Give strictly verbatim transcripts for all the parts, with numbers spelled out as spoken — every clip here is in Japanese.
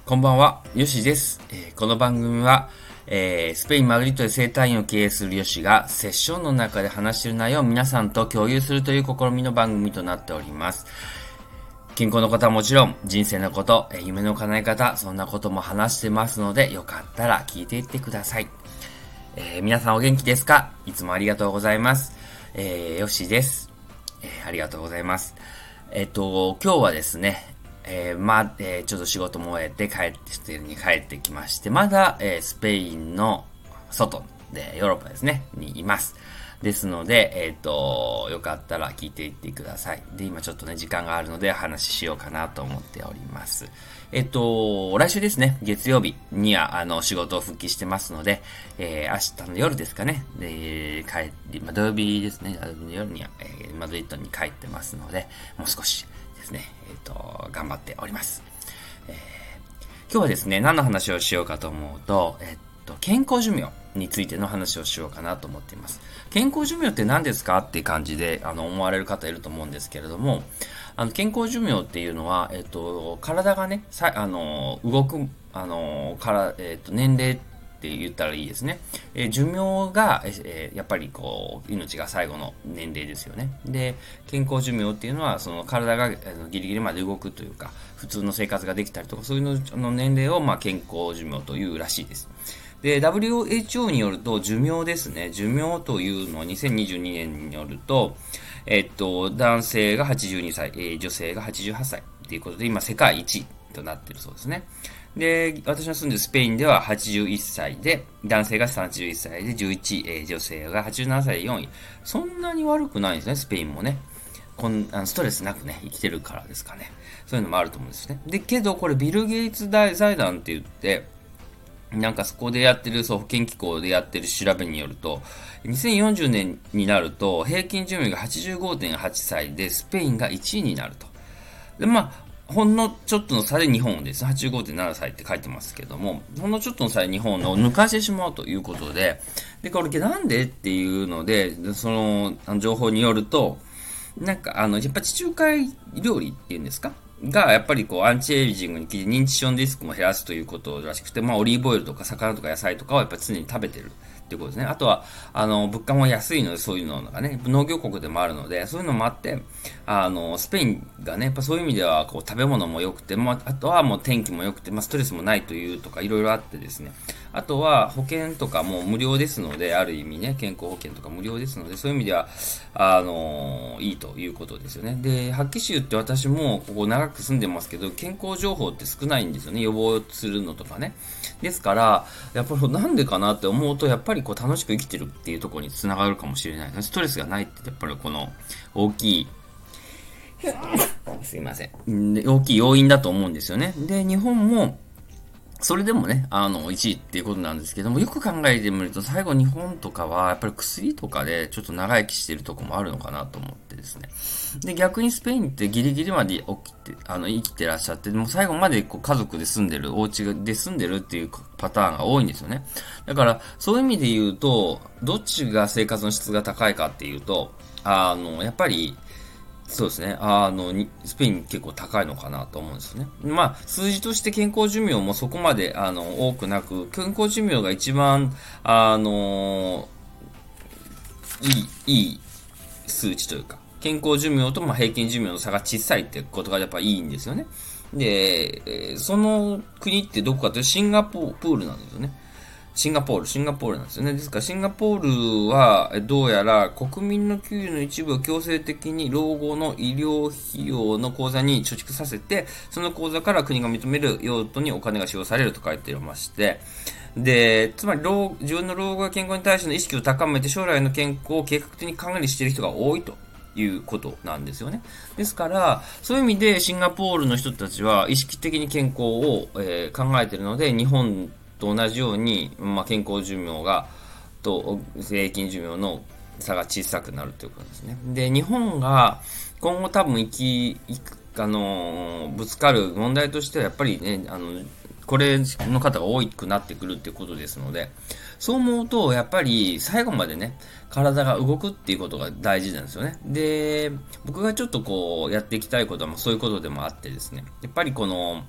こんばんは、ヨシです。えー、この番組は、えー、スペイン・マドリッドで整体院を経営するヨシがセッションの中で話している内容を皆さんと共有するという試みの番組となっております。健康のことはもちろん、人生のこと、えー、夢の叶え方、そんなことも話してますので、よかったら聞いていってください。えー、皆さんお元気ですか？いつもありがとうございます。えー、ヨシです。えー、ありがとうございます。えっと、今日はですね、えー、まあ、えー、ちょっと仕事も終えて帰って、に帰ってきまして、まだ、えー、スペインの外で、ヨーロッパですね、にいます。ですので、えっと、よかったら聞いていってください。で、今ちょっとね、時間があるので話ししようかなと思っております。えっと、来週ですね、月曜日には、あの、仕事を復帰してますので、えー、明日の夜ですかね、で、帰り、まあ、土曜日ですね、土曜日の夜には、えー、マドリッドに帰ってますので、もう少しですね、えっと、頑張っております。えー、今日はですね、何の話をしようかと思うと、えっと、健康寿命についての話をしようかなと思っています。健康寿命って何ですかっていう感じで、あの、思われる方いると思うんですけれども、あの、健康寿命っていうのは、えっと、体がね、さ、あの、動く、あの、から、えっと、年齢って言ったらいいですね。えー、寿命が、えー、やっぱりこう、命が最後の年齢ですよね。で、健康寿命っていうのは、その体があのギリギリまで動くというか、普通の生活ができたりとか、そういうのあの年齢を、まあ、健康寿命というらしいです。で、ダブリューエイチオー によると、寿命ですね。寿命というのはにせんにじゅうにねんによると、えっと、男性がはちじゅうにさい、えー、女性がはちじゅうはっさいということで、今世界一となっているそうですね。で、私の住んでるスペインでははちじゅういっさいで、男性がさんじゅういっさいでじゅういちい、えー、女性がはちじゅうななさいでよんい。そんなに悪くないんですね、スペインもね。こんあのストレスなくね、生きてるからですかね。そういうのもあると思うんですね。で、けど、これビル・ゲイツ財団って言って、なんかそこでやってる、そう、保健機構でやってる調べによると、にせんよんじゅうねんになると、平均寿命が はちじゅうごてんはちさいで、スペインがいちいになると。で、まあ、ほんのちょっとの差で日本です。はちじゅうごてんななさいって書いてますけども、ほんのちょっとの差で日本を抜かしてしまうということで、で、これなんでっていうので、その、情報によると、なんか、あの、やっぱ地中海料理っていうんですかが、やっぱりこう、アンチエイジングに効いて認知症のリスクも減らすということらしくて、まあ、オリーブオイルとか魚とか野菜とかをやっぱり常に食べてるっていうことですね。あとは、あの、物価も安いので、そういうのがね、農業国でもあるので、そういうのもあって、あの、スペインがね、やっぱそういう意味では、こう、食べ物も良くて、まあ、あとはもう天気も良くて、まあ、ストレスもないというとか、いろいろあってですね。あとは、保険とかも無料ですので、ある意味ね、健康保険とか無料ですので、そういう意味では、あの、いいということですよね。で、発揮州って私も、ここ長く住んでますけど、健康情報って少ないんですよね。予防するのとかね。ですから、やっぱりなんでかなって思うと、やっぱりこう楽しく生きてるっていうところにつながるかもしれない。ストレスがないって、やっぱりこの大きい、すいません。大きい要因だと思うんですよね。で、日本も、それでもね、あの、いちいっていうことなんですけども、よく考えてみると、最後日本とかは、やっぱり薬とかでちょっと長生きしてるとこもあるのかなと思ってですね。で、逆にスペインってギリギリまで起きて、あの、生きてらっしゃって、もう最後までこう家族で住んでる、お家で住んでるっていうパターンが多いんですよね。だから、そういう意味で言うと、どっちが生活の質が高いかっていうと、あの、やっぱり、そうですね。あの、スペイン結構高いのかなと思うんですよね。まあ、数字として健康寿命もそこまで、あの、多くなく、健康寿命が一番、あの、いい、いい数値というか、健康寿命とまあ平均寿命の差が小さいってことがやっぱいいんですよね。で、その国ってどこかというとシンガポールなんですよね。シンガポール、シンガポールなんですよね。ですから、シンガポールは、どうやら国民の給与の一部を強制的に老後の医療費用の口座に貯蓄させて、その口座から国が認める用途にお金が使用されると書いてまして、で、つまり老、自分の老後や健康に対しての意識を高めて、将来の健康を計画的に管理している人が多いと。いうことなんですよね。ですから、そういう意味でシンガポールの人たちは意識的に健康を、えー、考えているので、日本と同じように、まあ、健康寿命が、と、平均寿命の差が小さくなるということですね。で、日本が今後多分生き、いく、あの、ぶつかる問題としては、やっぱりね、あの、これの方が多くなってくるっていうことですので、そう思うと、やっぱり最後までね、体が動くっていうことが大事なんですよね。で、僕がちょっとこう、やっていきたいことはそういうことでもあってですね、やっぱりこの、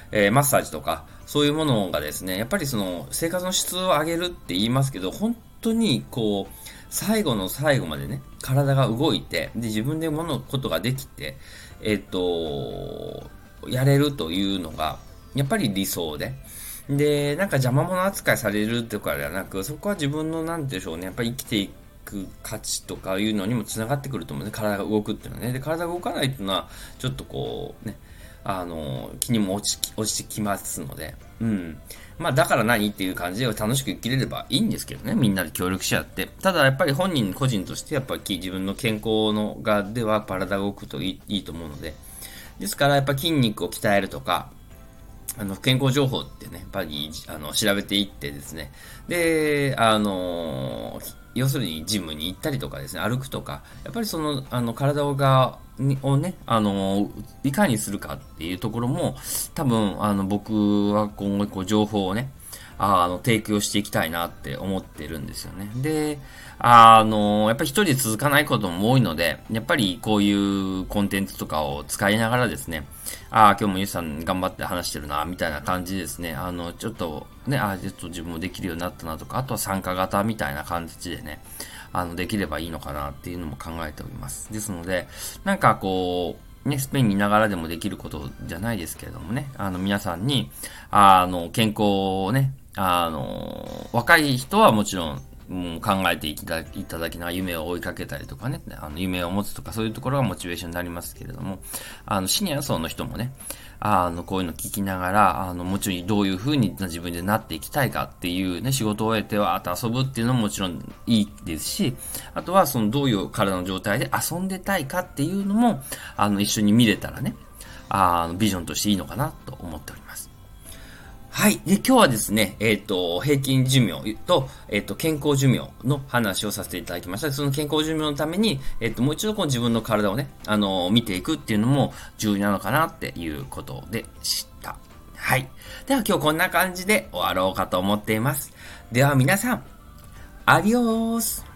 えー、マッサージとか、そういうものがですね、やっぱりその生活の質を上げるって言いますけど、本当にこう、最後の最後までね、体が動いて、で、自分で物事ができて、えっと、やれるというのが、やっぱり理想で、で、なんか邪魔者扱いされるとかではなく、そこは自分の、なんでしょうね、やっぱり生きていく価値とかいうのにもつながってくると思うんですね。体が動くっていうのはね。で、体が動かないっていうのは、ちょっとこう、ね、あの、気にも落ち、落ちてきますので、うん。まあ、だから何っていう感じで楽しく生きれればいいんですけどね。みんなで協力し合って。ただ、やっぱり本人個人として、やっぱり自分の健康のがでは体が動くといい、いいと思うので。ですから、やっぱ筋肉を鍛えるとか、あの、健康情報ってね、やっぱり、あの、調べていってですね。で、あの、要するにジムに行ったりとかですね、歩くとか、やっぱりその、あの、体が、をね、あの、いかにするかっていうところも、多分、あの、僕は今後、こう、情報をね、あの、提供していきたいなって思ってるんですよね。で、あの、やっぱり一人で続かないことも多いので、やっぱりこういうコンテンツとかを使いながらですね、ああ、今日もゆうさん頑張って話してるな、みたいな感じですね。あの、ちょっとね、ああ、ちょっと自分もできるようになったなとか、あとは参加型みたいな感じでね、あの、できればいいのかなっていうのも考えております。ですので、なんかこう、ね、スペインにいながらでもできることじゃないですけれどもね、あの、皆さんに、あの、健康をね、あの、若い人はもちろん、うん、考えていただき、いただきな夢を追いかけたりとかね、あの、夢を持つとかそういうところがモチベーションになりますけれども、あの、シニア層の人もね、あの、こういうの聞きながら、あの、もちろんどういう風に自分でなっていきたいかっていうね、仕事を終えてわーっと遊ぶっていうのももちろんいいですし、あとはそのどういう体の状態で遊んでたいかっていうのも、あの、一緒に見れたらね、あの、ビジョンとしていいのかなと思っております。はい。で、今日はですね、えっ、ー、と、平均寿命と、えっ、ー、と、健康寿命の話をさせていただきました。その健康寿命のために、えっ、ー、と、もう一度こう自分の体をね、あの、見ていくっていうのも重要なのかなっていうことでした。はい。では今日こんな感じで終わろうかと思っています。では皆さん、アディオース